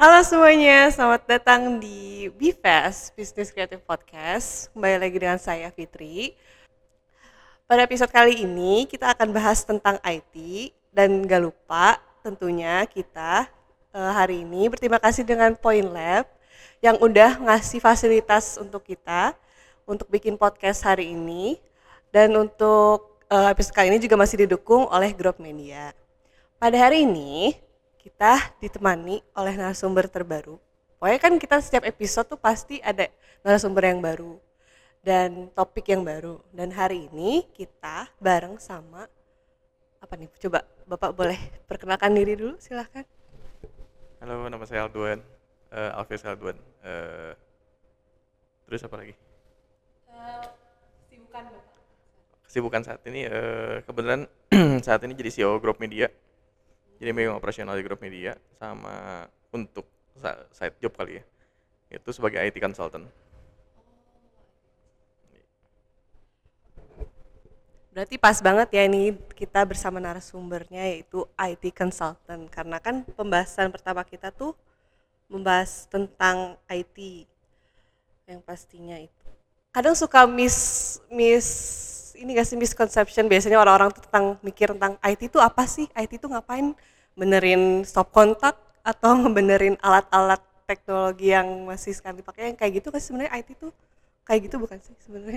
Halo semuanya, selamat datang di BFest Business Creative Podcast. Kembali lagi dengan saya Fitri. Pada episode kali ini kita akan bahas tentang IT dan gak lupa tentunya kita hari ini berterima kasih dengan Point Lab yang udah ngasih fasilitas untuk kita untuk bikin podcast hari ini dan untuk episode kali ini juga masih didukung oleh Growth Media. Pada hari ini kita ditemani oleh narasumber terbaru. Pokoknya kan kita setiap episode tuh pasti ada narasumber yang baru dan topik yang baru. Dan hari ini kita bareng sama apa nih? Coba Bapak boleh perkenalkan diri dulu, silahkan. Halo, nama saya Alduan, Alves Alduan. Terus apa lagi? Sibukan Bapak. Kesibukan saat ini, kebetulan saat ini jadi CEO Grup Media. Jadi megang operasional di Grup Media, sama untuk side job kali ya, itu sebagai IT consultant. Berarti pas banget ya ini kita bersama narasumbernya yaitu IT consultant karena kan pembahasan pertama kita tuh membahas tentang IT yang pastinya itu. Kadang suka miss ini gak sih misconception biasanya orang-orang tuh tentang mikir tentang IT itu apa sih? IT itu ngapain? Benerin stop kontak atau ngebenerin alat-alat teknologi yang masih sekarang dipakai yang kayak gitu kan sebenarnya IT tuh kayak gitu bukan sih sebenarnya?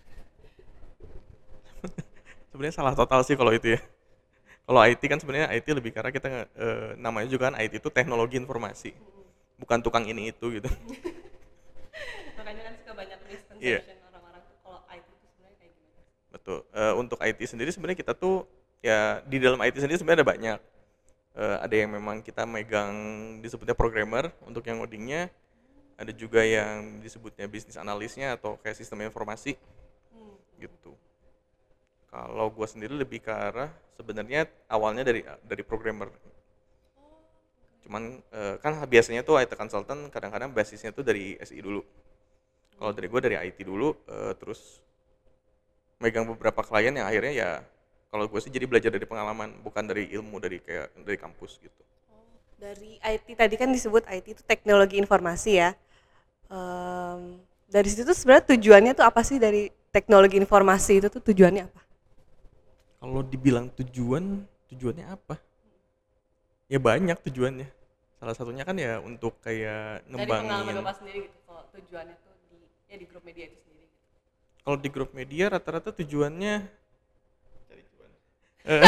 Sebenarnya salah total sih kalau itu ya. Kalau IT kan sebenarnya IT lebih karena kita namanya juga kan IT itu teknologi informasi, bukan tukang ini itu gitu. Makanya kan suka banyak Iya, misconception orang-orang tuh kalau IT itu sebenarnya kayak gimana? betul. Untuk IT sendiri sebenarnya kita tuh ya di dalam IT sendiri sebenarnya ada banyak. Ada yang memang kita megang disebutnya programmer untuk yang ngodingnya, ada juga yang disebutnya bisnis analisnya atau kayak sistem informasi gitu. Kalau gue sendiri lebih ke arah sebenarnya awalnya dari programmer. Cuman kan biasanya tuh IT consultant kadang-kadang basisnya tuh dari SI dulu. Kalau dari gue dari IT dulu, terus megang beberapa klien yang akhirnya ya kalau gue sih jadi belajar dari pengalaman bukan dari ilmu dari kayak dari kampus gitu. Dari IT tadi kan disebut IT itu teknologi informasi ya. Dari situ tuh sebenarnya tujuannya tuh apa sih dari teknologi informasi itu tuh tujuannya apa? Kalau dibilang tujuannya apa? Ya banyak tujuannya. Salah satunya kan ya untuk kayak Dari pengalaman ngembangin. Bapak sendiri gitu, kalau tujuannya tuh di grup media itu sendiri. Kalau di grup media rata-rata tujuannya cari cuan. Eh,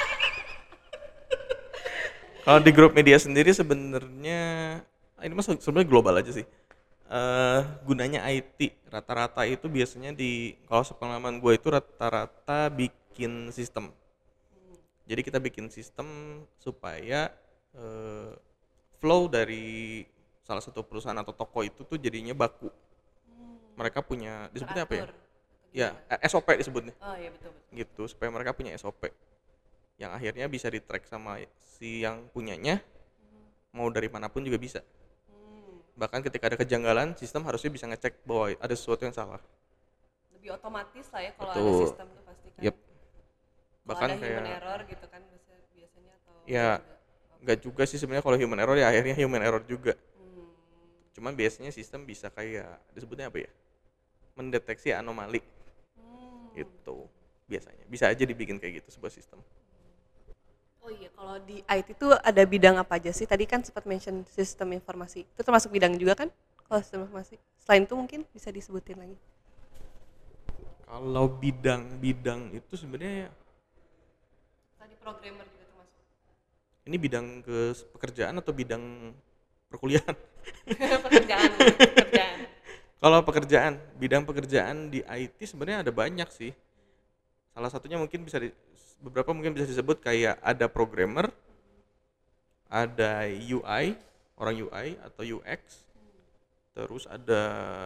Kalau di grup media sendiri sebenarnya ini masuk sebenarnya global aja sih. Gunanya IT rata-rata itu biasanya kalau sepengalaman gue itu rata-rata bikin sistem. Jadi kita bikin sistem supaya eh, flow dari salah satu perusahaan atau toko itu tuh jadinya baku. Mereka punya disebutnya apa ya? Teratur atau Ya, gimana? SOP disebutnya. Oh iya betul betul. Gitu, supaya mereka punya SOP yang akhirnya bisa di-track sama si yang punyanya mau dari manapun juga bisa. Bahkan ketika ada kejanggalan, sistem harusnya bisa ngecek bahwa ada sesuatu yang salah. Lebih otomatis lah ya kalau ada Betul. sistem tuh pasti kan. Yep. Kalau Bahkan ada human kayak error gitu kan biasanya atau enggak ya juga. nggak juga sih sebenarnya kalau human error ya akhirnya human error juga. Hmm. Cuman biasanya sistem bisa kayak disebutnya apa ya? Mendeteksi anomali Hmm. itu biasanya. Bisa aja dibikin kayak gitu sebuah sistem. Oh iya, kalau di IT itu ada bidang apa aja sih? Tadi kan sempat mention sistem informasi. Itu termasuk bidang juga kan? Kalau sistem informasi. Selain itu mungkin bisa disebutin lagi. Kalau bidang-bidang itu sebenarnya Tadi programmer juga termasuk. ini bidang ke pekerjaan atau bidang perkuliahan? Pekerjaan, pekerjaan. Kalau pekerjaan, bidang pekerjaan di IT sebenarnya ada banyak sih. Salah satunya mungkin beberapa mungkin bisa disebut kayak ada programmer, ada UI, orang UI atau UX, terus ada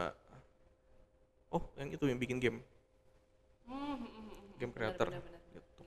yang itu yang bikin game, game Benar creator benar benar. gitu.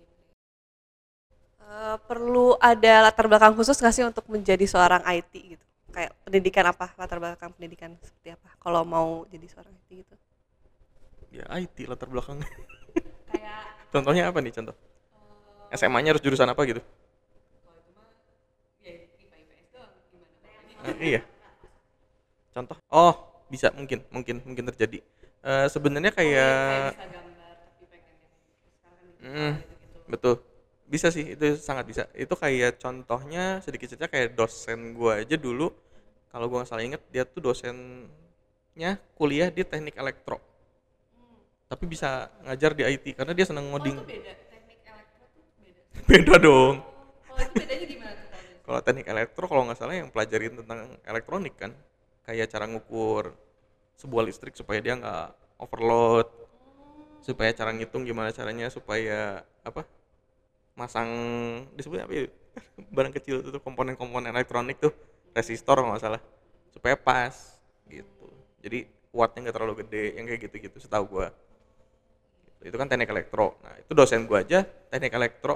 Perlu ada latar belakang khusus nggak sih untuk menjadi seorang IT gitu? Kayak pendidikan apa? Latar belakang pendidikan seperti apa? Kalau mau jadi seorang IT gitu. Ya IT latar belakangnya. Kayak Contohnya apa nih contoh? eh, SMA-nya harus jurusan apa gitu? kalau itu mah ya IPA IPS doang gimana? Iya, contoh. Oh, bisa mungkin mungkin mungkin terjadi. Sebenarnya Oh iya, kayak kayak bisa gambar tapi pengen yang sekarang kan digital mm, gitu-gitu. betul. Bisa sih, itu sangat bisa. Itu kayak contohnya sedikit cerita kayak dosen gua aja dulu, kalau gua nggak salah inget, dia tuh dosennya kuliah di teknik elektro, tapi bisa ngajar di IT karena dia seneng Oh ngoding. itu beda, teknik elektro tuh beda. Beda dong. Oh itu bedanya gimana tuh kalau dari Kalau teknik elektro kalau nggak salah yang pelajarin tentang elektronik kan, kayak cara ngukur sebuah listrik supaya dia nggak overload, supaya cara ngitung gimana caranya supaya apa, masang, disebutnya apa ya, barang kecil itu tuh komponen-komponen elektronik tuh, resistor kalau nggak salah, supaya pas gitu. Jadi wattnya nggak terlalu gede, yang kayak gitu-gitu setahu gua. Itu kan teknik elektro. Nah itu dosen gua aja teknik elektro,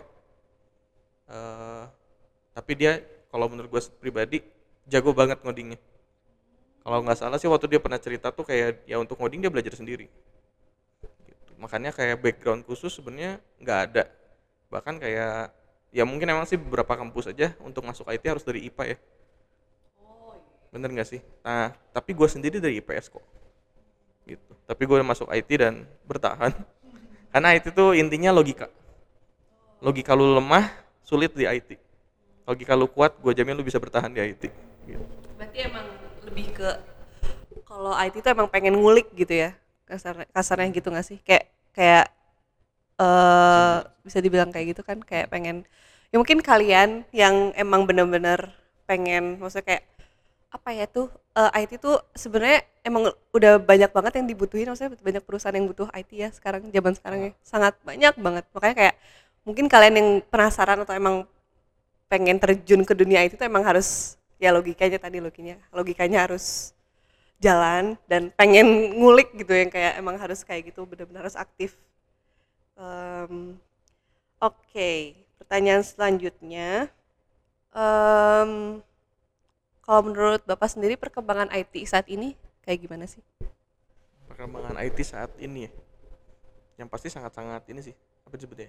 eh, tapi dia kalau menurut gua pribadi jago banget ngodingnya. Kalau nggak salah sih waktu dia pernah cerita tuh kayak ya untuk ngoding dia belajar sendiri gitu. Makanya kayak background khusus sebenarnya nggak ada, bahkan kayak ya mungkin emang sih beberapa kampus aja untuk masuk IT harus dari IPA ya, Oh iya. bener nggak sih? Nah tapi gue sendiri dari IPS kok gitu, tapi gue masuk IT dan bertahan karena IT tuh intinya logika. Logika lu lemah sulit di IT, logika lu kuat gue jamin lu bisa bertahan di IT gitu. Berarti emang lebih ke kalau IT itu emang pengen ngulik gitu ya, kasarnya gitu nggak sih, kayak kayak Bisa dibilang bisa dibilang kayak gitu kan, kayak pengen ya mungkin kalian yang emang bener-bener pengen, maksudnya kayak apa ya tuh, IT tuh sebenarnya emang udah banyak banget yang dibutuhin, maksudnya banyak perusahaan yang butuh IT ya sekarang, zaman sekarang ya sangat. sangat banyak banget, makanya kayak mungkin kalian yang penasaran atau emang pengen terjun ke dunia IT tuh emang harus ya logikanya tadi, logikanya harus jalan dan pengen ngulik gitu, yang kayak emang harus kayak gitu, benar-benar harus aktif. Em, Oke, pertanyaan selanjutnya, em, kalau menurut Bapak sendiri perkembangan IT saat ini kayak gimana sih? Perkembangan IT saat ini ya, yang pasti sangat-sangat ini sih, apa disebutnya ya,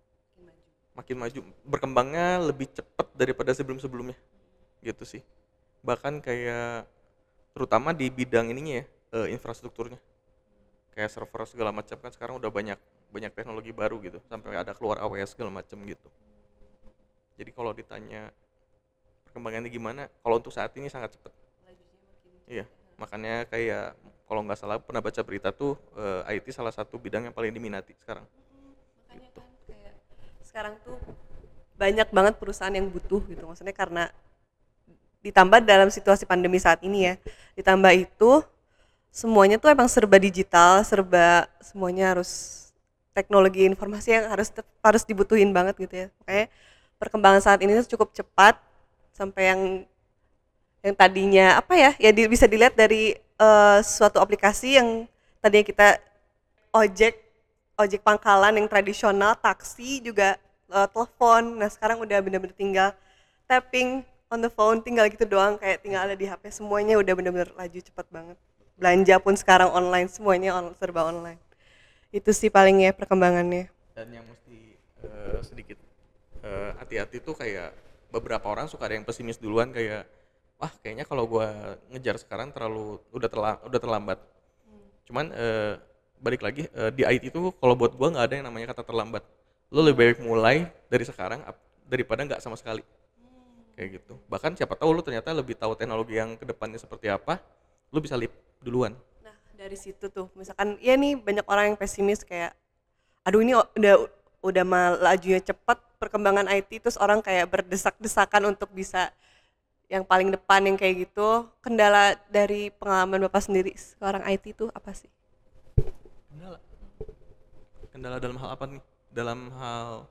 makin maju, berkembangnya lebih cepat daripada sebelum-sebelumnya gitu sih. Bahkan kayak terutama di bidang ininya ya, infrastrukturnya, kayak server segala macam kan sekarang udah banyak banyak teknologi baru gitu, sampai ada keluar AWS segala macam gitu. Jadi kalau ditanya perkembangannya gimana, kalau untuk saat ini sangat cepat. Iya, makanya kayak kalau nggak salah pernah baca berita tuh, IT salah satu bidang yang paling diminati sekarang Makanya gitu. kan kayak sekarang tuh banyak banget perusahaan yang butuh gitu, maksudnya karena ditambah dalam situasi pandemi saat ini ya, ditambah itu semuanya tuh emang serba digital, serba semuanya harus teknologi informasi yang harus dibutuhin banget gitu ya. Makanya perkembangan saat ini tuh cukup cepat, sampai yang tadinya apa ya? Ya bisa dilihat dari suatu aplikasi yang tadinya kita ojek ojek pangkalan yang tradisional, taksi juga, telepon. Nah, sekarang udah bener-bener tinggal tapping on the phone, tinggal gitu doang, kayak tinggal ada di HP, semuanya udah bener-bener laju cepet banget. Belanja pun sekarang online, semuanya serba online. Itu sih paling ya perkembangannya. Dan yang mesti sedikit hati-hati tuh kayak beberapa orang suka ada yang pesimis duluan kayak wah kayaknya kalau gua ngejar sekarang terlalu udah terlambat. Cuman balik lagi, di IT itu kalau buat gua nggak ada yang namanya kata terlambat. Lo lebih baik mulai dari sekarang daripada nggak sama sekali kayak gitu. Bahkan siapa tahu lu ternyata lebih tahu teknologi yang kedepannya seperti apa, lu bisa leap duluan. Nah, dari situ tuh, misalkan ya nih banyak orang yang pesimis kayak aduh ini udah lajunya cepet perkembangan IT, terus orang kayak berdesak-desakan untuk bisa yang paling depan yang kayak gitu. Kendala dari pengalaman Bapak sendiri seorang IT itu apa sih? Kendala. Kendala dalam hal apa nih? Dalam hal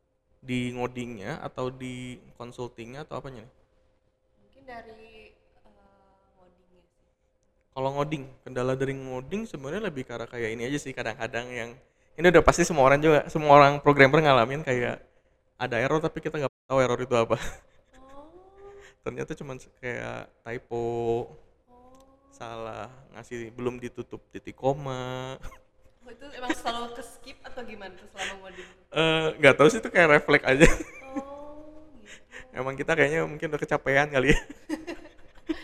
di ngodingnya atau di consultingnya atau apanya nih? Mungkin dari ngodingnya sih. Kalau ngoding, kendala dari ngoding sebenarnya lebih ke arah kayak ini aja sih, kadang-kadang yang ini udah pasti semua orang juga, semua orang programmer ngalamin kayak ada error tapi kita nggak tahu error itu apa. Oh, Ternyata cuma kayak typo, oh. salah ngasih belum ditutup titik koma. Oh, itu emang selalu ke skip atau gimana tuh selama ngoding? Nggak tahu sih itu kayak refleks aja. Oh, gitu. Emang kita kayaknya mungkin udah kecapean kali ya.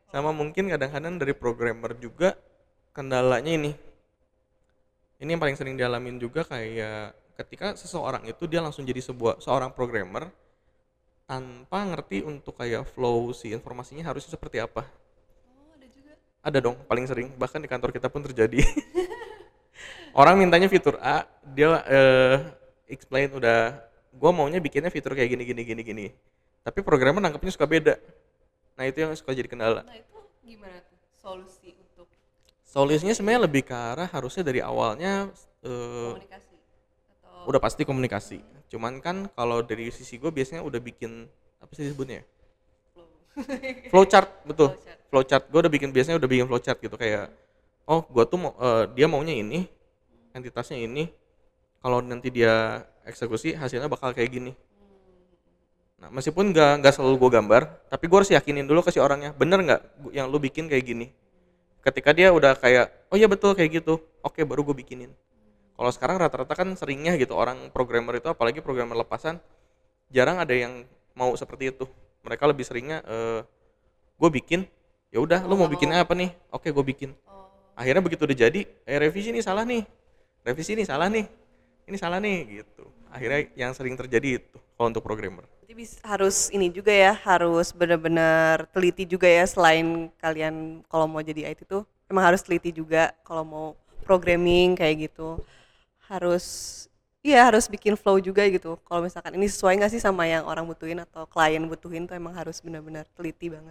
Sama mungkin kadang-kadang dari programmer juga kendalanya ini yang paling sering dialamin juga kayak ketika seseorang itu dia langsung jadi seorang programmer tanpa ngerti untuk kayak flow si informasinya harusnya seperti apa. Oh, ada juga. Ada dong, paling sering bahkan di kantor kita pun terjadi. Orang mintanya fitur A, dia explain udah gue maunya bikinnya fitur kayak gini gini gini gini. Tapi programmer nangkepnya suka beda. Nah, itu yang suka jadi kendala. Nah, itu gimana tuh solusi untuk Solusinya sebenarnya lebih ke arah harusnya dari awalnya komunikasi atau udah pasti komunikasi. Cuman kan kalau dari sisi gue biasanya udah bikin apa sih disebutnya ya? flow? Flowchart, betul. Flowchart. Flowchart gue biasanya udah bikin flowchart gitu kayak oh gue tuh mau dia maunya ini, entitasnya ini. Kalau nanti dia eksekusi hasilnya bakal kayak gini. Nah, meskipun nggak selalu gue gambar, tapi gue harus yakinin dulu ke si orangnya, bener nggak yang lu bikin kayak gini. Ketika dia udah kayak, oh iya betul kayak gitu, oke baru gue bikinin. Kalau sekarang rata-rata kan seringnya gitu orang programmer itu, apalagi programmer lepasan, jarang ada yang mau seperti itu. Mereka lebih seringnya, gue bikin, ya udah, lu mau bikinnya apa nih? Oke, gue bikin. Oh, Akhirnya begitu udah jadi, revisi nih salah nih, revisi nih salah nih, ini salah nih gitu. Akhirnya yang sering terjadi itu kalau untuk programmer. berarti harus ini juga ya, harus benar-benar teliti juga ya, selain kalian kalau mau jadi IT tuh emang harus teliti juga kalau mau programming kayak gitu. Harus iya harus bikin flow juga gitu. Kalau misalkan ini sesuai nggak sih sama yang orang butuhin atau klien butuhin tuh emang harus benar-benar teliti banget.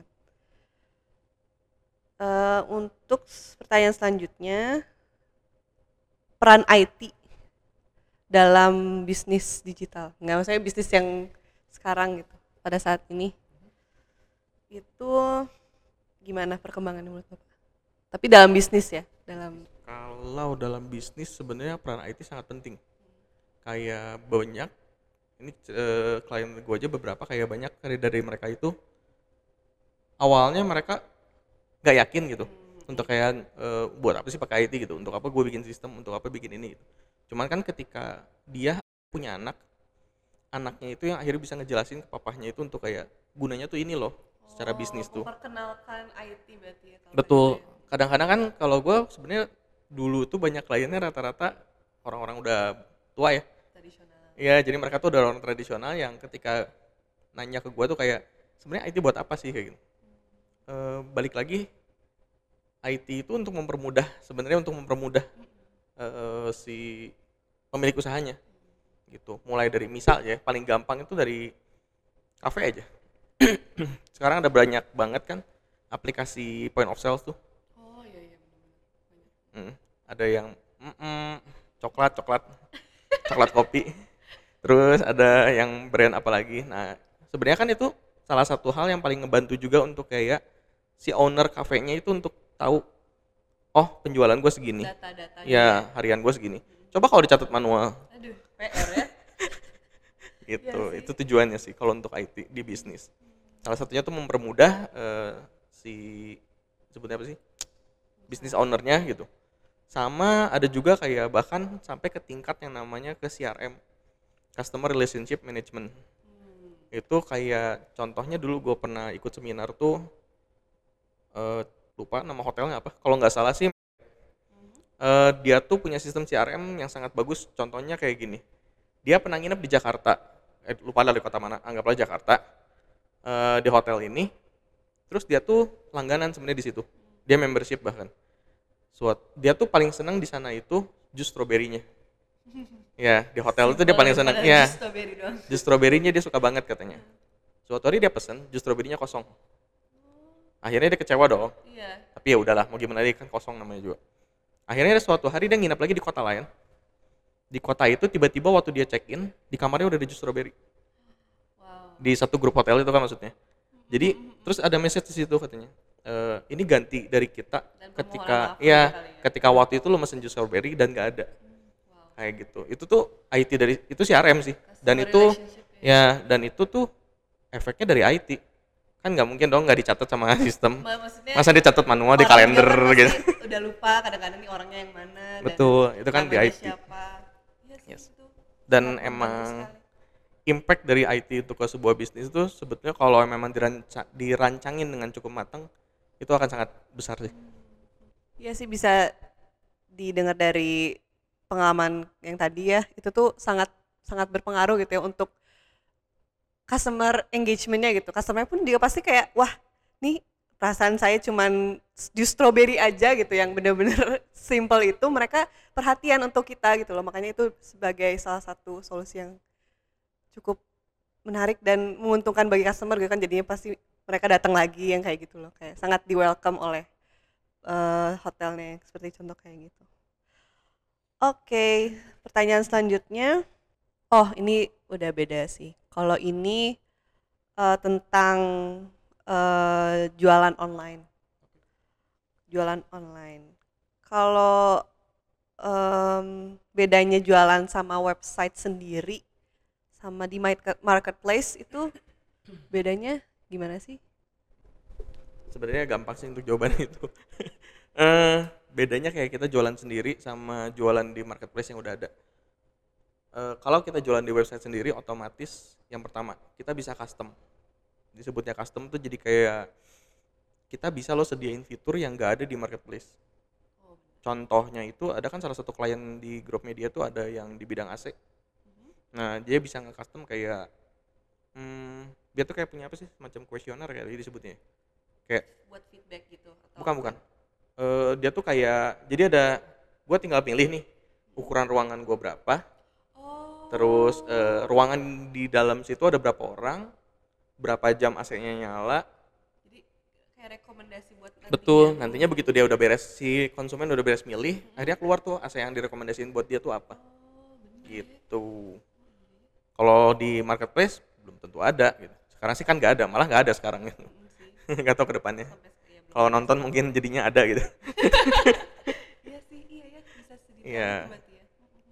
Untuk pertanyaan selanjutnya, peran IT dalam bisnis digital. Nggak, maksudnya bisnis yang sekarang gitu, pada saat ini. Itu gimana perkembangannya menurut Bapak? Tapi dalam bisnis ya, dalam Kalau dalam bisnis sebenarnya peran IT sangat penting. Kayak banyak ini klien gue aja beberapa kayak banyak dari mereka itu awalnya mereka nggak yakin gitu untuk kayak buat apa sih pakai IT gitu, untuk apa gue bikin sistem, untuk apa bikin ini gitu. Cuman kan ketika dia punya anaknya itu yang akhirnya bisa ngejelasin ke papahnya itu untuk kayak gunanya tuh ini loh secara bisnis tuh. memperkenalkan IT berarti ya, Betul. Kadang-kadang kan kalau gue sebenarnya dulu tuh banyak kliennya rata-rata orang-orang udah tua ya. tradisional. Iya, jadi mereka tuh udah orang tradisional yang ketika nanya ke gue tuh kayak sebenarnya IT buat apa sih kayak gitu. Balik lagi IT itu untuk mempermudah sebenarnya untuk mempermudah si pemilik usahanya gitu. Mulai dari misal ya paling gampang itu dari kafe aja. Sekarang ada banyak banget kan aplikasi point of sales tuh. Oh iya iya benar-benar. Mm, ada yang coklat coklat coklat kopi. Terus ada yang brand apa lagi. Nah, sebenarnya kan itu salah satu hal yang paling ngebantu juga untuk kayak si owner kafenya itu untuk tahu oh penjualan gue segini. Data-datanya. Ya, harian gue segini. Coba kalau dicatat manual Aduh, PR ya. gitu. Iya sih. Itu tujuannya sih kalau untuk IT di bisnis. Salah satunya tuh mempermudah si sebutnya apa sih? Bisnis ownernya gitu. Sama ada juga kayak bahkan sampai ke tingkat yang namanya ke CRM, Customer Relationship Management. Itu kayak contohnya dulu gue pernah ikut seminar tuh lupa nama hotelnya apa. Kalau nggak salah sih dia tuh punya sistem CRM yang sangat bagus. Contohnya kayak gini. Dia pernah nginep di Jakarta. Lupa lah di kota mana. Anggaplah Jakarta. Di hotel ini. Terus dia tuh langganan sebenarnya di situ. Dia membership bahkan. Dia tuh paling senang di sana itu jus stroberinya. Ya, di hotel itu dia paling senang. Ya, jus stroberinya dia suka banget katanya. Suatu hari dia pesen jus stroberinya kosong. Akhirnya dia kecewa dong. Iya. Tapi ya udahlah, mau gimana lagi kan kosong namanya juga. Akhirnya suatu hari dia nginap lagi di kota lain. Di kota itu tiba-tiba waktu dia check in, di kamarnya udah ada jus strawberry. Wow. Di satu grup hotel itu kan maksudnya. Jadi terus ada message di situ katanya. Ini ganti dari kita Dan ketika permohonan maaf ya kali ya. ketika waktu itu lo mesen jus strawberry dan nggak ada. Wow. Kayak gitu. Itu tuh IT dari itu CRM sih. Dan Customer itu relationship ya. ya dan itu tuh efeknya dari IT. Kan nggak mungkin dong nggak dicatat sama sistem. Maksudnya Masa dicatat manual di orang kalender juga kan gitu. pasti udah lupa kadang-kadang nih orangnya yang mana Betul, itu kan di namanya IT. siapa. Iya sih Yes. itu. Dan Sangat membantu emang sekali. impact dari IT untuk ke sebuah bisnis itu sebetulnya kalau memang dirancangin dengan cukup matang itu akan sangat besar sih. Iya sih, bisa didengar dari pengalaman yang tadi ya, itu tuh sangat sangat berpengaruh gitu ya untuk customer engagement-nya gitu. Customer pun juga pasti kayak, wah, nih perasaan saya cuman jus strawberry aja gitu yang bener-bener simple itu mereka perhatian untuk kita gitu loh. Makanya itu sebagai salah satu solusi yang cukup menarik dan menguntungkan bagi customer gitu kan, jadinya pasti mereka datang lagi yang kayak gitu loh. Kayak sangat di welcome oleh hotelnya seperti contoh kayak gitu. Oke, pertanyaan selanjutnya. Oh, ini udah beda sih. Kalau ini tentang jualan online. Jualan online. Kalau bedanya jualan sama website sendiri sama di marketplace itu bedanya gimana sih? Sebenarnya gampang sih untuk jawaban itu. Eh, Bedanya kayak kita jualan sendiri sama jualan di marketplace yang udah ada. Kalau kita jualan di website sendiri, otomatis yang pertama kita bisa custom. Disebutnya custom tuh jadi kayak kita bisa lo sediain fitur yang nggak ada di marketplace. Contohnya itu ada kan salah satu klien di grup media tuh ada yang di bidang AC. Nah dia bisa nge-custom kayak dia tuh kayak punya apa sih, semacam kuesioner kayak disebutnya. Kayak Buat feedback gitu atau bukan bukan. Dia tuh kayak jadi ada, gue tinggal pilih nih ukuran ruangan gue berapa, terus ruangan di dalam situ ada berapa orang, berapa jam AC-nya nyala. jadi kayak rekomendasi buat Betul, nantinya begitu dia udah beres, si konsumen udah beres milih, akhirnya keluar tuh AC yang direkomendasiin buat dia tuh apa. Gitu. Kalau di marketplace belum tentu ada gitu. Sekarang sih kan nggak ada, malah nggak ada sekarang gitu. Nggak tahu ke depannya. Kalau nonton mungkin jadinya ada gitu. Iya sih, iya ya, bisa sedetail Iya. itu berarti ya.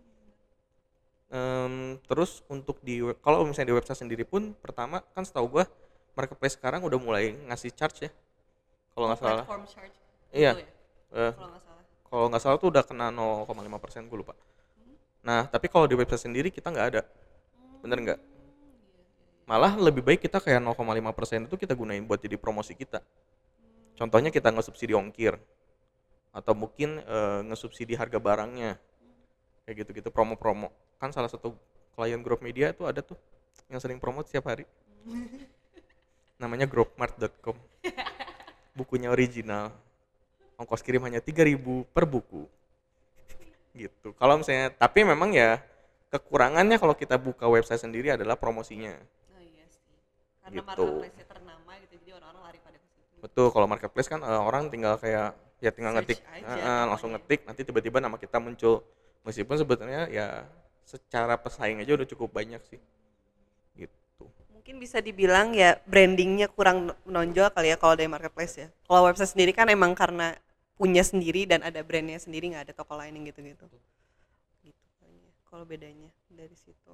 Terus untuk kalau misalnya di website sendiri pun, pertama kan setahu gua marketplace sekarang udah mulai ngasih charge ya. Kalau nggak salah. Platform charge Iya. gitu ya, Eh, kalau nggak salah. Kalau nggak salah tuh udah kena 0,5%, gue lupa. Nah, tapi kalau di website sendiri kita nggak ada. Bener nggak? Malah lebih baik kita kayak 0,5% itu kita gunain buat jadi promosi kita. Contohnya kita nge-subsidi ongkir. Atau mungkin nge-subsidi harga barangnya. Kayak gitu-gitu, promo-promo. Kan salah satu klien grup media itu ada tuh yang sering promote setiap hari. Namanya gropmart.com. Bukunya original. Ongkos kirim hanya 3.000 per buku. Gitu. Kalau misalnya, tapi memang ya kekurangannya kalau kita buka website sendiri adalah promosinya. Oh iya sih, karena Gitu. marketplace-nya ternama gitu, jadi orang-orang lari pada ke situ. Betul, kalau marketplace kan orang tinggal kayak ya tinggal Search ngetik, aja langsung tokonya. ngetik, nanti tiba-tiba nama kita muncul. Meskipun sebetulnya ya secara pesaing aja udah cukup banyak sih. Gitu. Mungkin bisa dibilang ya brandingnya kurang menonjol kali ya kalau dari marketplace ya. Kalau website sendiri kan emang karena punya sendiri dan ada brandnya sendiri, nggak ada toko lain yang gitu-gitu. Gitu kayaknya. Kalau bedanya dari situ.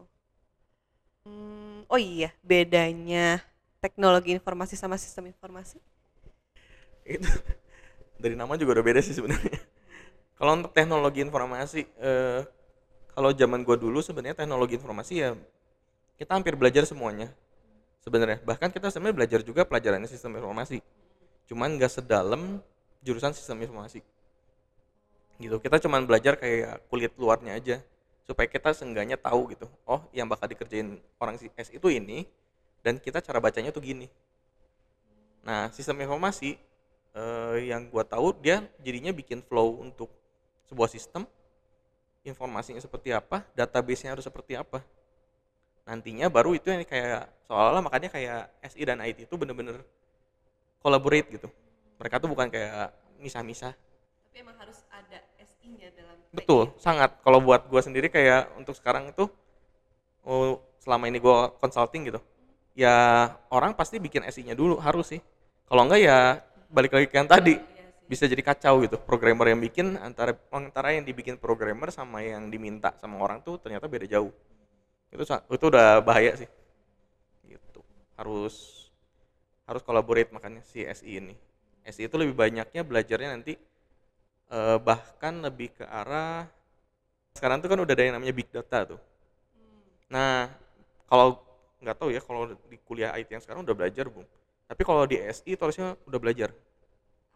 Oh iya, bedanya teknologi informasi sama sistem informasi. Itu dari nama juga udah beda sih sebenarnya. Kalau untuk teknologi informasi, kalau zaman gua dulu sebenarnya teknologi informasi ya kita hampir belajar semuanya sebenarnya. Bahkan kita sebenarnya belajar juga pelajarannya sistem informasi. Cuman nggak sedalam jurusan sistem informasi. Gitu. Kita cuman belajar kayak kulit luarnya aja supaya kita seenggaknya tahu gitu. Oh, yang bakal dikerjain orang si S itu ini dan kita cara bacanya tuh gini. Nah, sistem informasi yang gua tahu dia jadinya bikin flow untuk sebuah sistem, informasinya seperti apa, database-nya harus seperti apa. Nantinya baru itu yang kayak seolah-olah makanya kayak SI dan IT itu bener-bener collaborate gitu. Mereka tuh bukan kayak misah-misah. Tapi emang harus ada SI-nya dalam Betul, sangat. Kalau buat gua sendiri kayak untuk sekarang itu, selama ini gua consulting gitu, ya orang pasti bikin SI-nya dulu harus sih. Kalau enggak ya balik lagi ke yang tadi, bisa jadi kacau gitu. Programmer yang bikin antara yang dibikin programmer sama yang diminta sama orang tuh ternyata beda jauh. Itu udah bahaya sih. Gitu. Harus harus collaborate makanya si SI ini. SI itu lebih banyaknya belajarnya nanti bahkan lebih ke arah sekarang tuh kan udah ada yang namanya big data tuh. Nah, kalau nggak tahu ya kalau di kuliah IT yang sekarang udah belajar, Bung. Tapi kalau di SI itu harusnya udah belajar.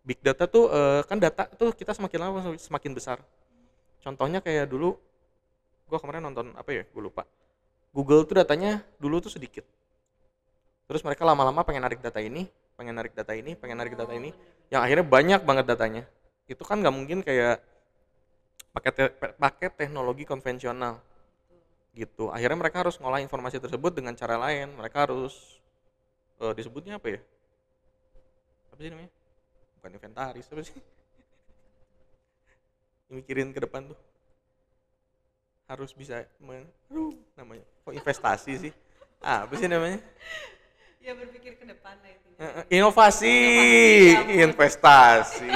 Big data tuh kan data tuh kita semakin lama semakin besar. Contohnya kayak dulu gua kemarin nonton apa ya? Gue lupa. Google tuh datanya dulu tuh sedikit. Terus mereka lama-lama pengen narik data ini, pengen narik data ini, pengen narik data ini, yang akhirnya banyak banget datanya. Itu kan nggak mungkin kayak pakai teknologi konvensional gitu. Akhirnya mereka harus ngolah informasi tersebut dengan cara lain. Mereka harus disebutnya apa ya? Apa sih namanya? Bukan inventaris, apa sih? Mikirin ke depan tuh harus bisa namanya kok investasi sih? Apa sih namanya? Ya berpikir ke depan lah intinya. Inovasi, ya investasi.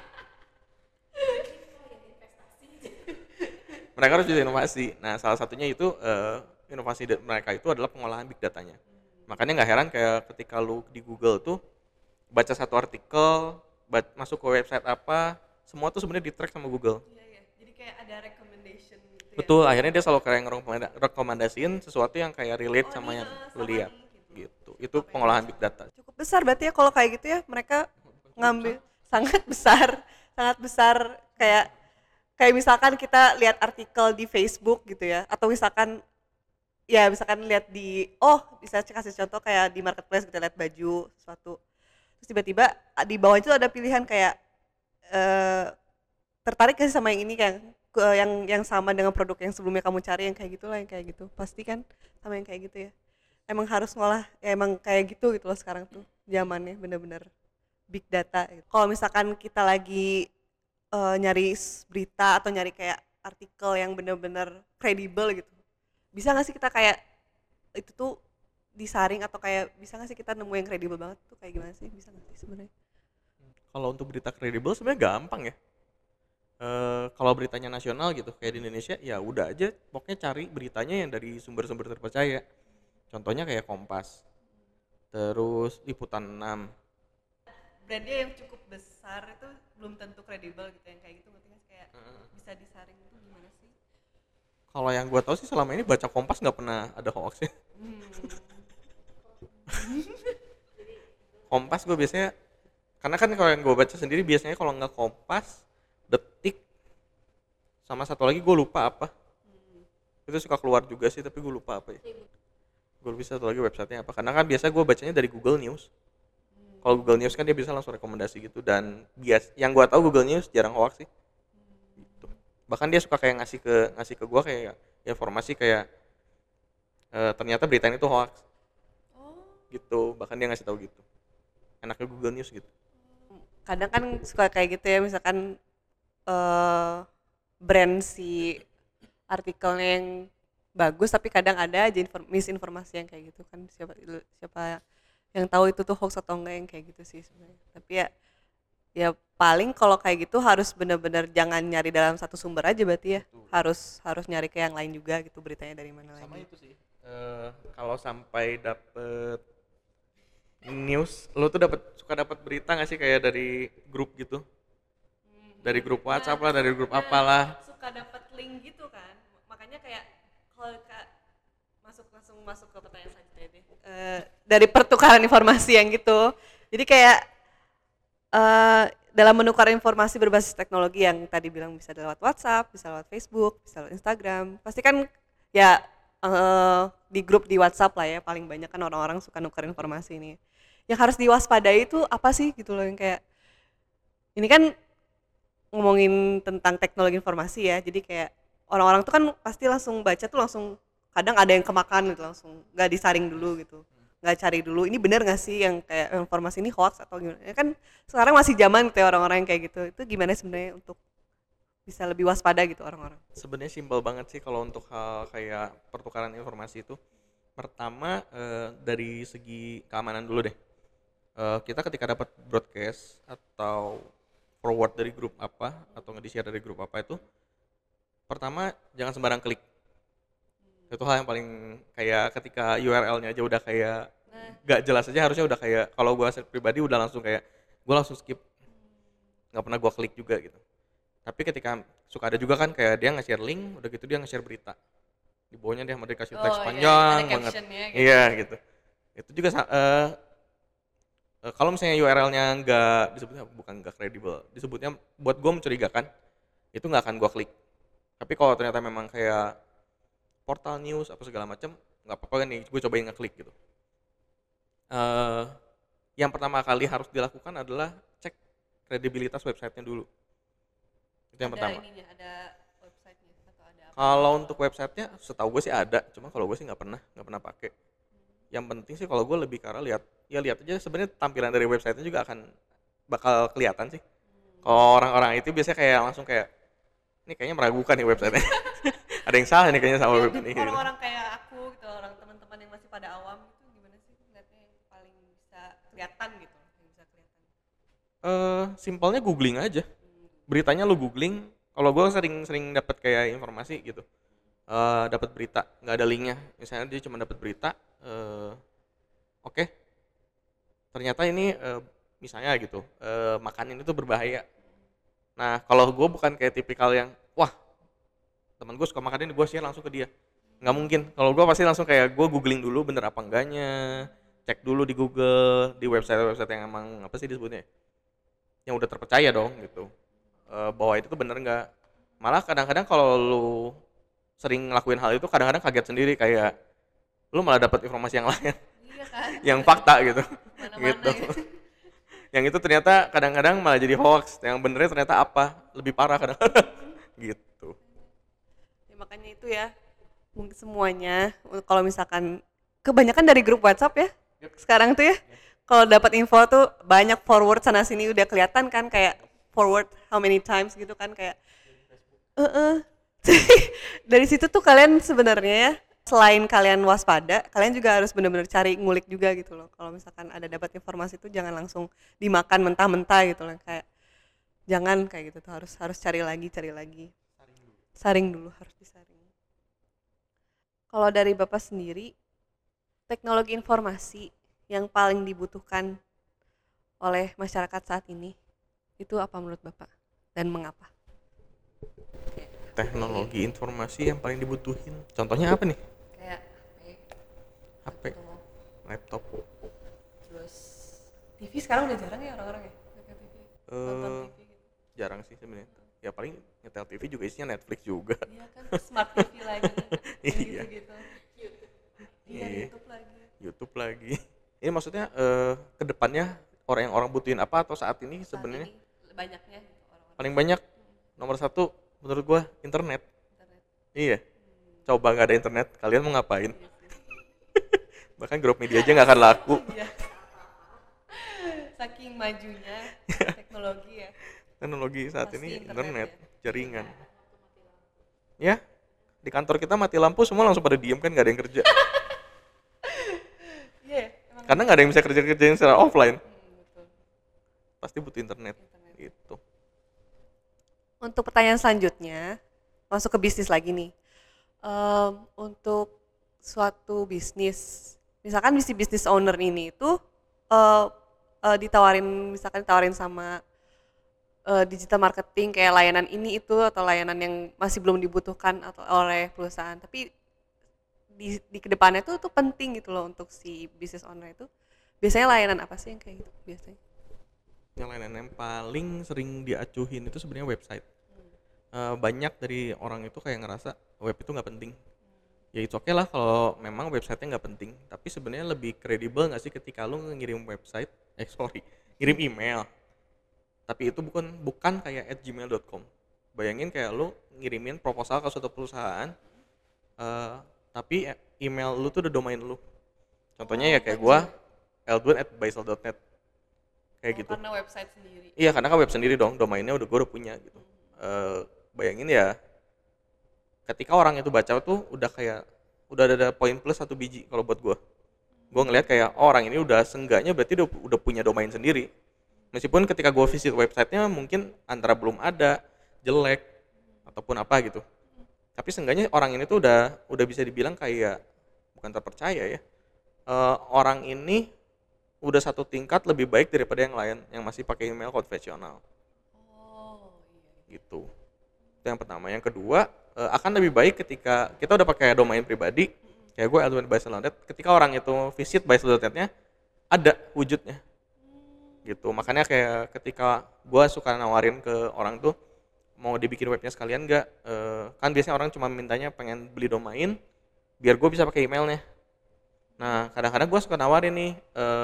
Mereka harus bisa inovasi. Nah, salah satunya itu inovasi mereka itu adalah pengolahan big datanya. Makanya nggak heran kayak ketika lu di Google tuh baca satu artikel, masuk ke website apa, semua tuh sebenarnya di-track sama Google. Iya, iya. Jadi kayak ada recommendation gitu ya. Betul, akhirnya dia selalu kayak ngerekomendasiin sesuatu yang kayak relate sama yang lu sama lihat. nih, Gitu. Itu pengolahan big data. Cukup besar berarti ya kalau kayak gitu ya, mereka ngambil sangat besar, sangat besar kayak kayak misalkan kita lihat artikel di Facebook gitu ya, atau misalkan ya misalkan lihat di bisa kasih contoh kayak di marketplace kita lihat baju sesuatu, terus tiba-tiba di bawah itu ada pilihan kayak eh, tertarik gak sih sama yang ini, kayak yang sama dengan produk yang sebelumnya kamu cari, yang kayak gitulah, yang kayak gitu pasti kan sama yang kayak gitu ya. Emang harus ngolah ya, emang kayak gitu gitu loh sekarang tuh zamannya bener-bener big data gitu. Kalau misalkan kita lagi nyari berita atau nyari kayak artikel yang bener-bener kredibel gitu, bisa nggak sih kita kayak itu tuh disaring, atau kayak bisa nggak sih kita nemu yang kredibel banget tuh kayak gimana sih, bisa nggak sih sebenarnya? Kalau untuk berita kredibel sebenarnya gampang ya. Kalau beritanya nasional gitu kayak di Indonesia ya udah aja pokoknya cari beritanya yang dari sumber-sumber terpercaya. Contohnya kayak Kompas, terus Liputan 6. Brandnya yang cukup besar itu belum tentu kredibel gitu, yang kayak gitu ngerti nggak sih? Kayak bisa disaring itu gimana sih? Kalau yang gue tahu sih selama ini baca Kompas nggak pernah ada hoaxnya. Kompas gue biasanya, karena kan kalau yang gue baca sendiri biasanya kalau nggak Kompas, Detik, sama satu lagi gue lupa apa. Itu suka keluar juga sih tapi gue lupa apa ya. Gue bisa satu lagi websitenya apa. Karena kan biasa gue bacanya dari Google News. Kalau Google News kan dia bisa langsung rekomendasi gitu, dan yang gue tahu Google News jarang hoax sih. Gitu. Bahkan dia suka kayak ngasih ke gue kayak informasi kayak ternyata berita ini tuh hoax. Gitu. Bahkan dia ngasih tahu gitu. Enaknya Google News gitu. Kadang kan suka kayak gitu ya, misalkan brand si artikelnya yang bagus tapi kadang ada aja misinformasi yang kayak gitu kan, siapa yang tahu itu tuh hoax atau enggak, yang kayak gitu sih sebenarnya. Tapi ya paling kalau kayak gitu harus benar-benar jangan nyari dalam satu sumber aja berarti ya. Betul. harus nyari ke yang lain juga gitu, beritanya dari mana lagi. Sama itu sih. Kalau sampai dapet news, lo tuh suka dapat berita nggak sih kayak dari grup gitu? Dari grup WhatsApp lah, dari grup apalah. Suka dapat link gitu kan. Makanya kayak kalau langsung masuk ke pertanyaan selanjutnya deh. Dari pertukaran informasi yang gitu. Jadi kayak dalam menukar informasi berbasis teknologi yang tadi bilang bisa lewat WhatsApp, bisa lewat Facebook, bisa lewat Instagram. Pasti kan ya di grup di WhatsApp lah ya, paling banyak kan orang-orang suka nukar informasi ini. Yang harus diwaspadai itu apa sih gitu loh, yang kayak ini kan ngomongin tentang teknologi informasi ya, jadi kayak orang-orang tuh kan pasti langsung baca tuh langsung, kadang ada yang kemakan gitu, langsung nggak disaring dulu gitu, nggak cari dulu ini benar nggak sih yang kayak informasi ini hoax atau gimana ya kan. Sekarang masih zaman gitu ya orang-orang yang kayak gitu. Itu gimana sebenarnya untuk bisa lebih waspada gitu orang-orang? Sebenarnya simpel banget sih kalau untuk hal kayak pertukaran informasi itu. Pertama dari segi keamanan dulu deh. Kita ketika dapat broadcast atau forward dari grup apa atau nge-share dari grup apa itu, pertama jangan sembarang klik. Itu hal yang paling kayak ketika URL-nya aja udah kayak gak jelas aja, harusnya udah kayak kalau gue pribadi udah langsung kayak gue langsung skip, nggak pernah gue klik juga gitu. Tapi ketika suka ada juga kan kayak dia nge-share link, udah gitu dia nge-share berita di bawahnya dia dikasih teks panjang banget, gitu. Iya gitu. Itu juga Kalau misalnya URL-nya nggak disebutnya bukan nggak kredibel, disebutnya buat gue mencurigakan, itu nggak akan gue klik. Tapi kalau ternyata memang kayak portal news apa segala macam, nggak apa-apa nih, gue cobain ngeklik gitu. Eh, yang pertama kali harus dilakukan adalah cek kredibilitas websitenya dulu. Itu yang pertama. Ada websitenya atau ada apa? Kalau untuk websitenya, setahu gue sih ada, cuma kalau gue sih nggak pernah pakai. Yang penting sih kalau gue lebih karena lihat aja sebenarnya tampilan dari websitenya juga akan bakal kelihatan sih. Kalau orang-orang itu biasanya kayak langsung kayak ini kayaknya meragukan nih websitenya. Ada yang salah nih kayaknya sama web ini. Gitu. Orang-orang kayak aku gitu, orang teman-teman yang masih pada awam itu gimana sih ngeliatnya yang paling bisa kelihatan gitu, yang bisa kelihatan. Simpelnya googling aja. Beritanya lu googling. Kalau gue sering dapat kayak informasi gitu. Dapat berita nggak ada linknya. Misalnya dia cuma dapat berita. Oke. Ternyata ini misalnya gitu. Makan ini tuh berbahaya. Nah kalau gue bukan kayak tipikal yang wah teman gue suka makan ini gue share langsung ke dia, nggak mungkin. Kalau gue pasti langsung kayak gue googling dulu bener apa enggaknya, cek dulu di Google, di website yang emang apa sih disebutnya, yang udah terpercaya dong gitu, bahwa itu tuh bener nggak. Malah kadang-kadang kalau lu sering ngelakuin hal itu kadang-kadang kaget sendiri kayak lu malah dapat informasi yang lain. Iya kan? Yang fakta gitu. Mana-mana Gitu. gitu. Yang itu ternyata kadang-kadang malah jadi hoax, yang benernya ternyata apa lebih parah kadang-kadang. Gitu. Ya, makanya itu ya, mungkin semuanya kalau misalkan kebanyakan dari grup WhatsApp ya. Sekarang tuh ya, kalau dapat info tuh banyak forward sana sini udah kelihatan kan, kayak forward how many times gitu kan, kayak dari situ tuh kalian sebenarnya ya, selain kalian waspada, kalian juga harus benar-benar cari ngulik juga gitu loh. Kalau misalkan ada dapat informasi itu jangan langsung dimakan mentah-mentah gitu loh, kayak jangan kayak gitu tuh, harus cari lagi. Saring dulu, harus disaring. Kalau dari Bapak sendiri, teknologi informasi yang paling dibutuhkan oleh masyarakat saat ini itu apa menurut Bapak dan mengapa? Teknologi informasi yang paling dibutuhin. Contohnya apa nih? Kayak HP, laptop. terus TV sekarang udah jarang ya orang-orang ya pakai TV, nonton Eh, TV gitu. jarang sih sebenarnya. Ya paling nyetel TV juga isinya Netflix juga. Iya kan, smart TV lagi, yang Iya. gitu-gitu. Iya, Iya. YouTube lagi. YouTube lagi. Ini maksudnya ke depannya orang yang orang butuhin apa atau saat ini Saat sebenarnya ini banyaknya gitu orang-orang paling banyak nomor satu menurut gua internet. internet. Iya. Coba nggak ada internet, kalian mau ngapain? Iya sih. Bahkan grup media aja nggak akan laku. Iya. Saking majunya teknologi ya. Teknologi saat Pasti ini internet internet, ya. jaringan. Ya, di kantor kita mati lampu semua langsung pada diem kan nggak ada yang kerja. Iya, emang. Karena nggak ada yang bisa kerjain secara offline. Betul. Pasti butuh internet. Internet. Gitu. Untuk pertanyaan selanjutnya, masuk ke bisnis lagi nih. Untuk suatu bisnis, misalkan si bisnis owner ini itu eh, ditawarin sama digital marketing kayak layanan ini itu atau layanan yang masih belum dibutuhkan atau oleh perusahaan, tapi di kedepannya tuh penting gitu loh untuk si bisnis owner itu. Biasanya layanan apa sih yang kayak gitu biasanya? Yang lain yang paling sering diacuhin itu sebenarnya website. Banyak dari orang itu kayak ngerasa web itu nggak penting. Ya itu oke lah kalau memang websitenya nggak penting. Tapi sebenarnya lebih kredibel nggak sih ketika lu ngirim website, ngirim email. Tapi itu bukan kayak @gmail.com. Bayangin kayak lu ngirimin proposal ke suatu perusahaan, tapi email lu tuh udah domain lu. Contohnya ya kayak gua, eldwin@baisal.net. Kayak gitu. Karena website sendiri. Iya, karena kan web sendiri dong, domainnya gue udah punya gitu. Bayangin ya, ketika orang itu baca tuh udah ada poin plus 1 biji kalau buat gue. Gue ngelihat kayak orang ini udah seenggaknya berarti udah punya domain sendiri. Meskipun ketika gue visit websitenya mungkin antara belum ada, jelek, ataupun apa gitu. Tapi seenggaknya orang ini tuh udah bisa dibilang kayak bukan terpercaya ya. Orang ini udah satu tingkat lebih baik daripada yang lain yang masih pakai email konvensional. Oh iya. Gitu. Itu yang pertama. Yang kedua, akan lebih baik ketika kita udah pakai domain pribadi, kayak gue eldwin.baisal.net, ketika orang itu visit baisal.net-nya ada wujudnya. gitu. Makanya kayak ketika gue suka nawarin ke orang tuh mau dibikin webnya sekalian nggak. Kan biasanya orang cuma mintanya pengen beli domain biar gue bisa pakai emailnya. Nah kadang-kadang gue suka nawarin nih,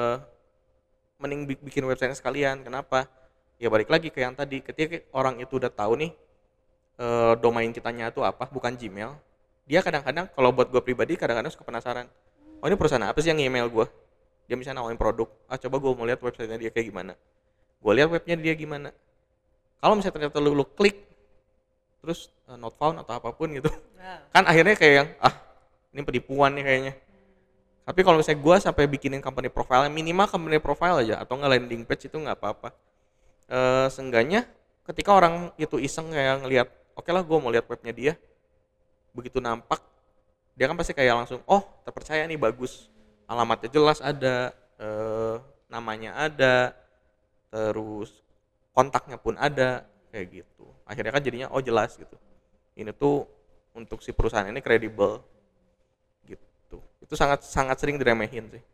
mending bikin website sekalian. Kenapa? Ya balik lagi ke yang tadi, ketika orang itu udah tahu nih domain kitanya itu apa, bukan Gmail, dia kadang-kadang kalau buat gue pribadi kadang-kadang suka penasaran, oh ini perusahaan apa sih yang email gue. Dia misalnya nawarin produk, coba gue mau lihat websitenya dia kayak gimana, gue lihat webnya dia gimana. Kalau misalnya ternyata lu klik terus not found atau apapun gitu, kan akhirnya kayak yang ini penipuan nih kayaknya. Tapi kalau misalnya gue sampai bikinin company profile, minimal company profile aja atau nggak landing page itu nggak apa-apa. Seenggaknya ketika orang itu iseng kayak ngelihat, oke lah gue mau lihat webnya dia, begitu nampak dia kan pasti kayak langsung, oh terpercaya nih, bagus, alamatnya jelas ada, namanya ada, terus kontaknya pun ada, kayak gitu. Akhirnya kan jadinya oh jelas gitu, ini tuh untuk si perusahaan ini kredibel gitu. Itu sangat sangat sering diremehin sih.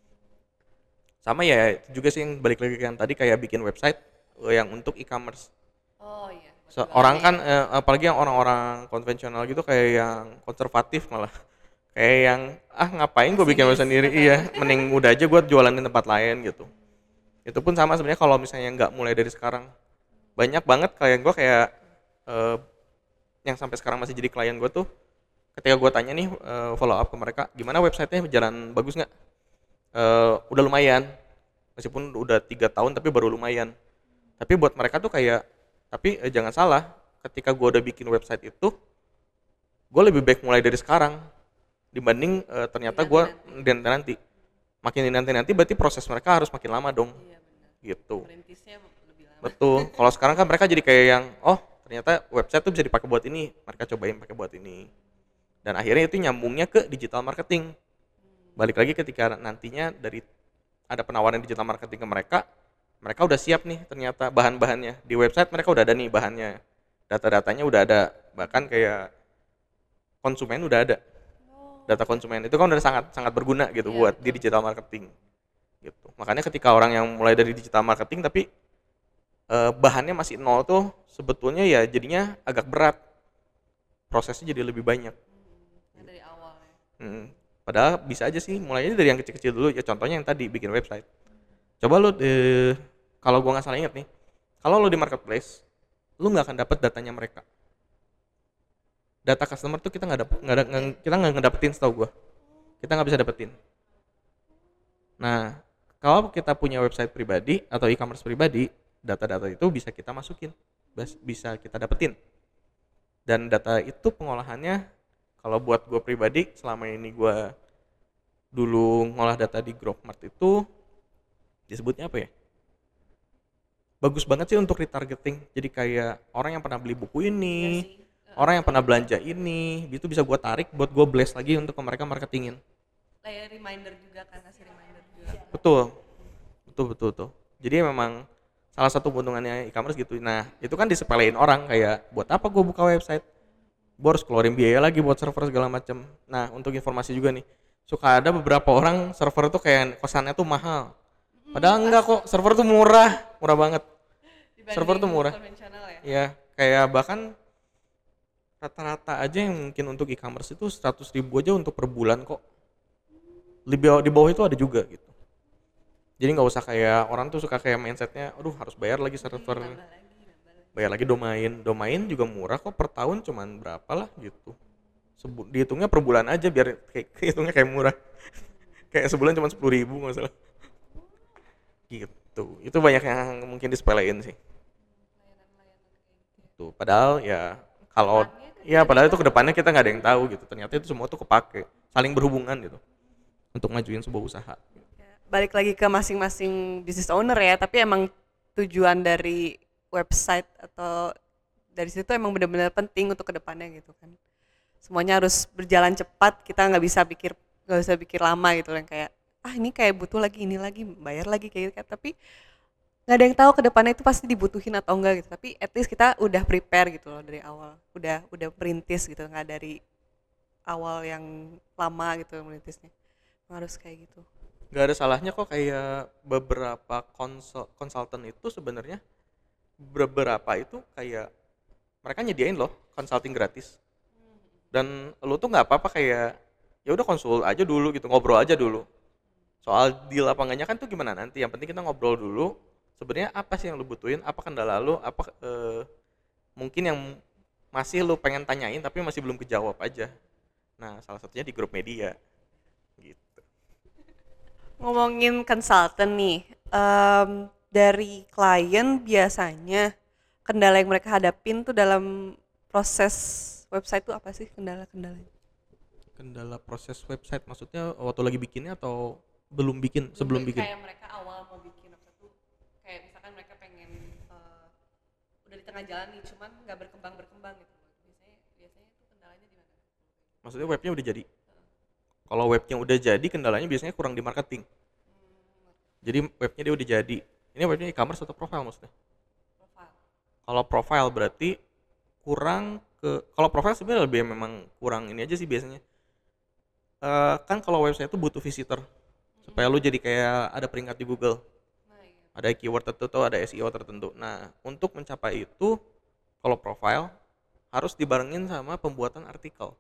Sama ya itu juga sih yang balik lagi kan tadi, kayak bikin website yang untuk e-commerce. Oh iya. Orang kan apalagi yang orang-orang konvensional gitu kayak yang konservatif malah. Kayak yang ngapain gue bikin website sendiri, iya mending udah aja gue jualan di tempat lain gitu. Itu pun sama sebenarnya kalau misalnya nggak mulai dari sekarang. Banyak banget klien gue kayak yang sampai sekarang masih jadi klien gue tuh, ketika gue tanya nih follow up ke mereka, gimana websitenya berjalan bagus nggak? Udah lumayan, meskipun udah 3 tahun tapi baru lumayan. Tapi buat mereka tuh kayak, tapi jangan salah, ketika gue udah bikin website itu, gue lebih baik mulai dari sekarang dibanding ternyata gue nanti makin nanti berarti proses mereka harus makin lama dong. Iya, gitu. Perintisnya lebih lama. Betul. Kalau sekarang kan mereka jadi kayak yang ternyata website tuh bisa dipakai buat ini, mereka cobain pakai buat ini, dan akhirnya itu nyambungnya ke digital marketing. Balik lagi ketika nantinya dari ada penawaran digital marketing ke mereka, mereka udah siap nih ternyata bahan-bahannya di website, mereka udah ada nih bahannya, data-datanya udah ada, bahkan kayak konsumen udah ada. Data konsumen itu kan udah sangat sangat berguna gitu buat di digital marketing gitu. Makanya ketika orang yang mulai dari digital marketing tapi bahannya masih nol tuh sebetulnya ya jadinya agak berat, prosesnya jadi lebih banyak dari awal ya. Padahal bisa aja sih mulainya dari yang kecil-kecil dulu ya, contohnya yang tadi bikin website. Coba lu kalau gua nggak salah ingat nih, kalau lu di marketplace lu nggak akan dapat datanya mereka. Data customer tuh kita nggak ngedapetin, setahu gue kita nggak bisa dapetin. Nah kalau kita punya website pribadi atau e-commerce pribadi, data-data itu bisa kita masukin, bisa kita dapetin. Dan data itu pengolahannya, kalau buat gue pribadi selama ini gue dulu ngolah data di Growthmart itu disebutnya apa ya, bagus banget sih untuk retargeting. Jadi kayak orang yang pernah beli buku ini, orang yang pernah belanja ini, itu bisa gue tarik buat gue blast lagi untuk mereka marketingin. Kayak reminder juga kan, kasih reminder juga. Betul. Jadi memang salah satu keuntungannya e-commerce gitu. Nah itu kan disepelein orang, kayak buat apa gue buka website, gue harus keluarin biaya lagi buat server segala macam. Nah untuk informasi juga nih, suka ada beberapa orang server tuh kayak kosannya tuh mahal, padahal enggak kok, server tuh murah banget. Server tuh murah ya, kayak bahkan rata-rata aja yang mungkin untuk e-commerce itu 100.000 aja untuk per bulan kok. Di bawah itu ada juga gitu. Jadi nggak usah kayak orang tuh suka kayak mindsetnya, aduh harus bayar lagi server, bayar lagi domain juga murah kok, per tahun cuman berapa lah gitu. Dihitungnya per bulan aja biar hitungnya kayak murah. Kayak sebulan cuma 10.000 nggak salah. Gitu. Itu banyak yang mungkin disepelein sih. Tuh, padahal ya kalau padahal itu kedepannya kita nggak ada yang tahu gitu. Ternyata itu semua tuh kepake, saling berhubungan gitu untuk majuin sebuah usaha. Balik lagi ke masing-masing business owner ya, tapi emang tujuan dari website atau dari situ emang benar-benar penting untuk kedepannya gitu kan. Semuanya harus berjalan cepat, kita nggak bisa pikir lama gitu kan, kayak ini kayak butuh lagi, ini lagi, bayar lagi kayak gitu. Tapi nggak ada yang tahu kedepannya itu pasti dibutuhin atau enggak gitu. Tapi at least kita udah prepare gitu loh dari awal, udah perintis gitu, nggak dari awal yang lama gitu merintisnya. Harus kayak gitu. nggak ada salahnya kok, kayak beberapa konsultan itu sebenarnya, beberapa itu kayak mereka nyediain loh consulting gratis, dan lu tuh nggak apa-apa kayak ya udah konsul aja dulu gitu, ngobrol aja dulu. Soal deal apa enggaknya kan tuh gimana nanti, yang penting kita ngobrol dulu sebenarnya apa sih yang lu butuhin, apa kendala lu, apa mungkin yang masih lu pengen tanyain tapi masih belum kejawab aja. Nah, salah satunya di grup media gitu. Ngomongin konsultan nih, dari klien biasanya kendala yang mereka hadapin tuh dalam proses website tuh apa sih kendala-kendalanya? Kendala proses website maksudnya waktu lagi bikinnya atau belum bikin, sebelum bikin? Kayak mereka awal mau bikin website tuh, kayak misalkan mereka pengen udah di tengah jalan nih, cuman nggak berkembang gitu. Biasanya tuh kendalanya di mana? Maksudnya webnya udah jadi. Kalau webnya udah jadi, kendalanya biasanya kurang di marketing. Jadi webnya dia udah jadi. Ini webnya e-commerce atau profile maksudnya? Profile. Kalau profile berarti kurang ke, kalau profile sebenarnya lebih memang kurang ini aja sih biasanya. Kan kalau website itu butuh visitor supaya lu jadi kayak ada peringkat di Google, Nah, iya. ada keyword tertentu, ada SEO tertentu. Nah, untuk mencapai itu, kalau profile harus dibarengin sama pembuatan artikel,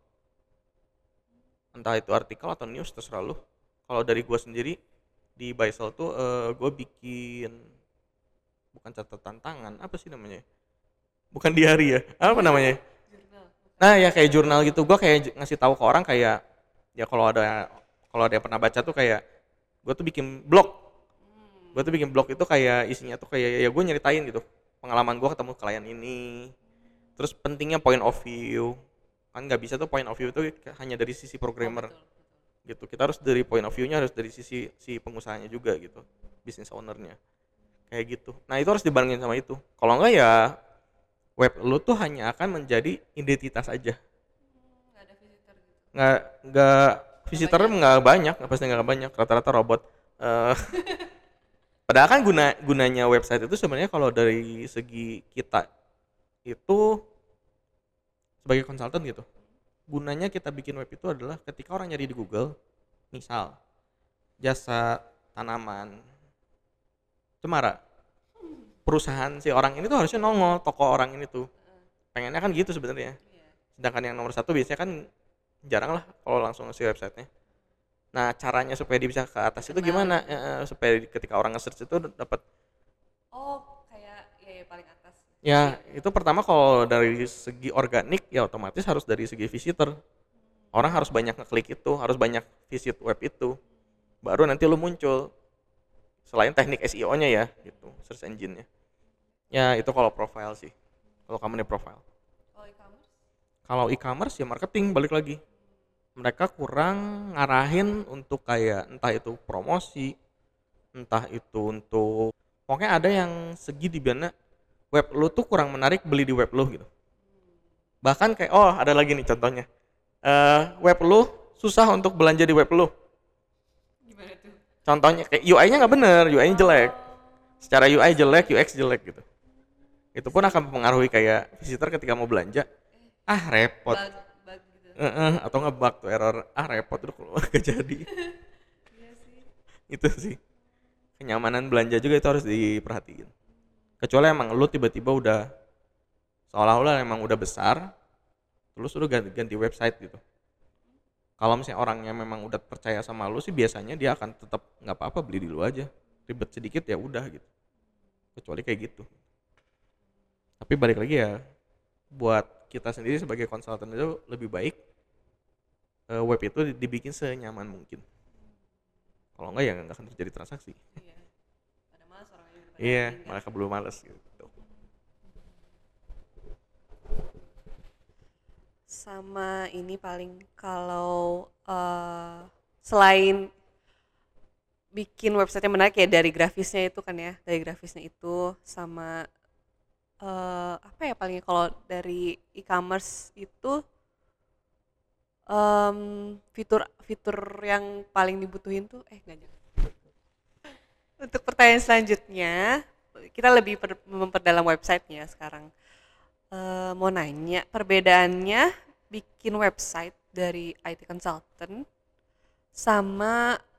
entah itu artikel atau news, terserah lu. Kalau dari gua sendiri di Baisel tuh gue bikin, bukan catatan tangan, apa sih namanya, bukan diary ya, apa namanya, Jurnal. nah ya kayak jurnal gitu. Gue kayak ngasih tahu ke orang kayak, ya kalau ada yang pernah baca tuh kayak gue tuh bikin blog. Gue tuh bikin blog itu kayak isinya tuh kayak ya gue nyeritain gitu pengalaman gue ketemu klien ini, terus pentingnya point of view. Kan nggak bisa tuh point of view itu hanya dari sisi programmer gitu, kita harus dari point of view-nya, harus dari sisi si pengusahanya juga gitu, business ownernya, kayak gitu. Nah, itu harus dibarengin sama itu, kalau enggak ya web lu tuh hanya akan menjadi identitas aja. Nggak ada visitor gitu. Nggak visitornya nggak banyak, pasti nggak banyak, rata-rata robot. Eh, Padahal kan gunanya website itu sebenarnya kalau dari segi kita itu sebagai konsultan gitu, gunanya kita bikin web itu adalah ketika orang nyari di Google, misal jasa tanaman cemara, perusahaan si orang ini tuh harusnya nongol, toko orang ini tuh pengennya kan gitu sebenarnya. Iya. Sedangkan yang nomor satu biasanya kan jarang lah kalau langsung nge websitenya. Nah, caranya supaya dia bisa ke atas itu Kenal gimana? gitu. Supaya ketika orang nge-search itu dapat. Oh, kayak ya paling atas. Ya, itu pertama kalau dari segi organik ya otomatis harus dari segi visitor. Orang harus banyak ngeklik itu, harus banyak visit web itu. Baru nanti lu muncul. Selain teknik SEO-nya ya, gitu, search engine-nya. Ya, itu kalau profile sih. Kalau kamu nih profile. Kalau e-commerce? Kalau e-commerce ya marketing, balik lagi. Mereka kurang ngarahin untuk kayak entah itu promosi, entah itu untuk, pokoknya ada yang segi di mana web lu tuh kurang menarik beli di web lu gitu. Bahkan kayak, oh ada lagi nih contohnya, web lu susah untuk belanja di web lu. Gimana tuh? Contohnya kayak UI-nya nggak bener, UI-nya jelek. Secara UI jelek, UX jelek gitu. Itu pun akan mempengaruhi kayak visitor ketika mau belanja. Ah repot. Bug gitu. Atau ngebug tuh, error. Ah repot udah keluar gak jadi. Iya sih. Itu sih. Kenyamanan belanja juga itu harus diperhatiin. Kecuali emang lu tiba-tiba udah seolah-olah emang udah besar, terus lu ganti website gitu. Kalau misalnya orangnya memang udah percaya sama lu sih, biasanya dia akan tetap nggak apa-apa beli di lu aja. Ribet sedikit ya udah gitu. Kecuali kayak gitu. Tapi balik lagi ya, buat kita sendiri sebagai konsultan itu lebih baik web itu dibikin senyaman mungkin. Kalau enggak ya nggak akan terjadi transaksi. Iya. Pada malas orangnya udah pada Iya, admin kan. malah keburu males gitu. Sama ini paling kalau selain bikin website yang menarik ya dari grafisnya itu kan ya, dari grafisnya itu sama apa ya palingnya kalau dari e-commerce itu fitur-fitur yang paling dibutuhin tuh nggak jangan. Untuk pertanyaan selanjutnya kita lebih memperdalam websitenya sekarang. Mau nanya perbedaannya bikin website dari IT consultant sama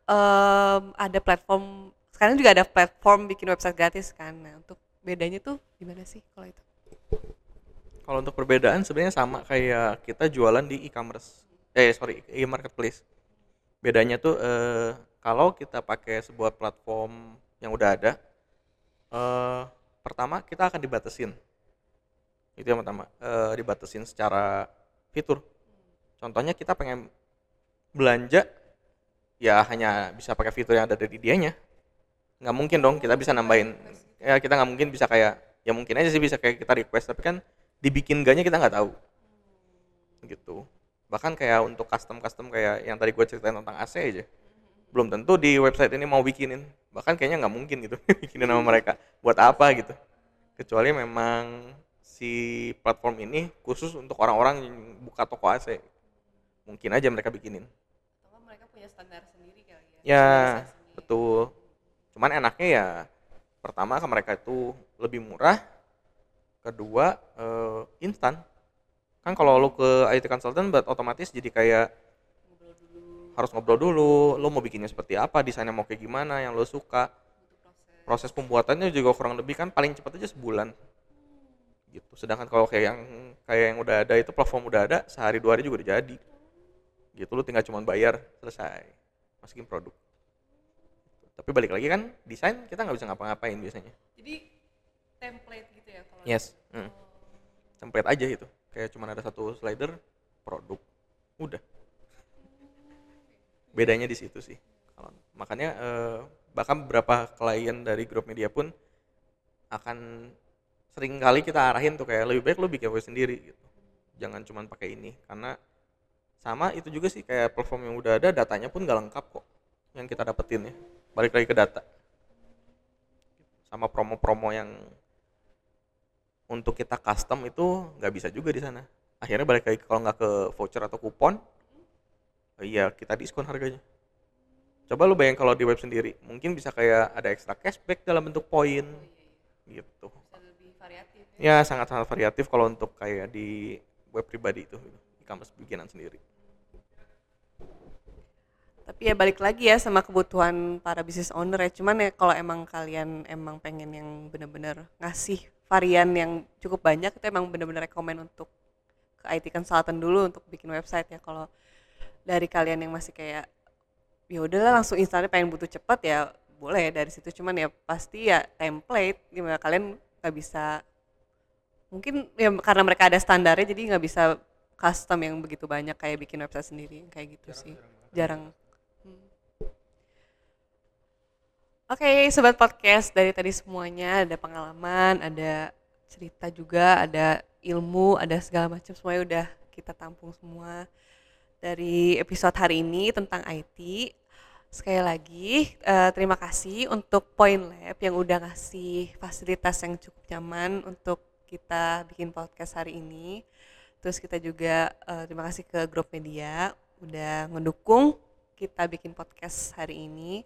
ada platform, sekarang juga ada platform bikin website gratis kan. Nah, untuk bedanya tuh gimana sih kalau itu? Kalau untuk perbedaan sebenarnya sama kayak kita jualan di e-commerce. E-marketplace. Bedanya tuh kalau kita pakai sebuah platform yang udah ada, eh, pertama kita akan dibatasin. Itu yang pertama, dibatasin secara fitur. Contohnya kita pengen belanja, ya hanya bisa pakai fitur yang ada di dianya. Nggak mungkin dong kita bisa nambahin. Ya kita nggak mungkin bisa kayak, ya mungkin aja sih bisa kayak kita request, tapi kan dibikin enggaknya kita nggak tahu gitu. Bahkan kayak untuk custom kayak yang tadi gue ceritain tentang AC aja, belum tentu di website ini mau bikinin, bahkan kayaknya nggak mungkin gitu bikinin sama mereka, buat apa gitu, kecuali memang si platform ini khusus untuk orang-orang yang buka toko AC, mungkin aja mereka bikinin. Atau mereka punya standar sendiri kali ya? Ya Standarisasi. betul, cuman enaknya ya pertama ke mereka itu lebih murah, kedua instan. Kan kalau lu ke IT consultant otomatis jadi kayak Ngobrol dulu, harus ngobrol dulu, lo mau bikinnya seperti apa, desainnya mau kayak gimana yang lo suka. butuh Proses proses. pembuatannya juga kurang lebih kan paling cepat aja sebulan gitu. Sedangkan kalau kayak yang udah ada itu, platform udah ada, sehari 2 hari juga udah jadi. Gitu lo tinggal cuma bayar, selesai. Masukin produk. Tapi balik lagi kan, desain kita nggak bisa ngapa-ngapain biasanya. Jadi template gitu ya kalau Yes. oh, Template aja gitu. Kayak cuma ada satu slider, produk. Udah. Bedanya di situ sih. Makanya bahkan beberapa klien dari grup media pun akan sering kali kita arahin tuh kayak lebih baik lo bikin web sendiri gitu. Jangan cuma pakai ini, karena sama itu juga sih kayak platform yang udah ada, datanya pun nggak lengkap kok yang kita dapetin ya. Balik lagi ke data. Sama promo-promo yang untuk kita custom itu nggak bisa juga di sana. Akhirnya balik lagi kalau nggak ke voucher atau kupon, iya kita diskon harganya. Coba lu bayang kalau di web sendiri, mungkin bisa kayak ada extra cashback dalam bentuk poin gitu. bisa lebih variatif ya. Ya sangat-sangat variatif kalau untuk kayak di web pribadi itu, e-commerce bikinan sendiri. Tapi ya balik lagi ya sama kebutuhan para business owner ya. Cuman ya kalau emang kalian emang pengen yang bener-bener ngasih varian yang cukup banyak, itu emang bener-bener rekomen untuk ke IT consultant dulu untuk bikin website ya. Kalau dari kalian yang masih kayak ya udahlah langsung instan pengen butuh cepet ya boleh dari situ, cuman ya pasti ya template gimana kalian nggak bisa, mungkin ya karena mereka ada standarnya jadi nggak bisa custom yang begitu banyak kayak bikin website sendiri kayak gitu sih, jarang. Oke, sobat podcast, dari tadi semuanya ada pengalaman, ada cerita juga, ada ilmu, ada segala macam, semuanya udah kita tampung semua dari episode hari ini tentang IT. Sekali lagi terima kasih untuk Point Lab yang udah ngasih fasilitas yang cukup nyaman untuk kita bikin podcast hari ini. Terus kita juga terima kasih ke Grup Media udah ngedukung kita bikin podcast hari ini.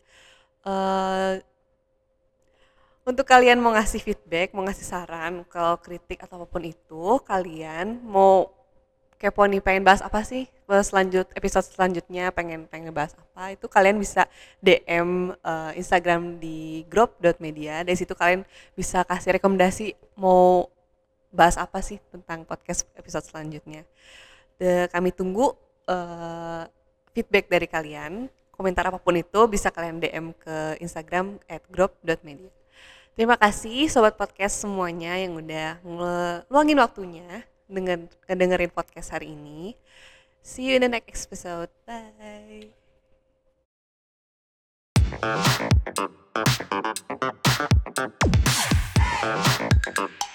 Untuk kalian mau ngasih feedback, mau ngasih saran, kalau kritik atau apapun itu, kalian mau kepo nih pengen bahas apa sih episode selanjutnya, pengen bahas apa, itu kalian bisa DM Instagram di group.media. Dari situ kalian bisa kasih rekomendasi mau bahas apa sih tentang podcast episode selanjutnya. Kami tunggu feedback dari kalian. Komentar apapun itu bisa kalian DM ke Instagram @group.media. Terima kasih sobat podcast semuanya yang udah ngeluangin waktunya dengerin podcast hari ini. See you in the next episode. Bye.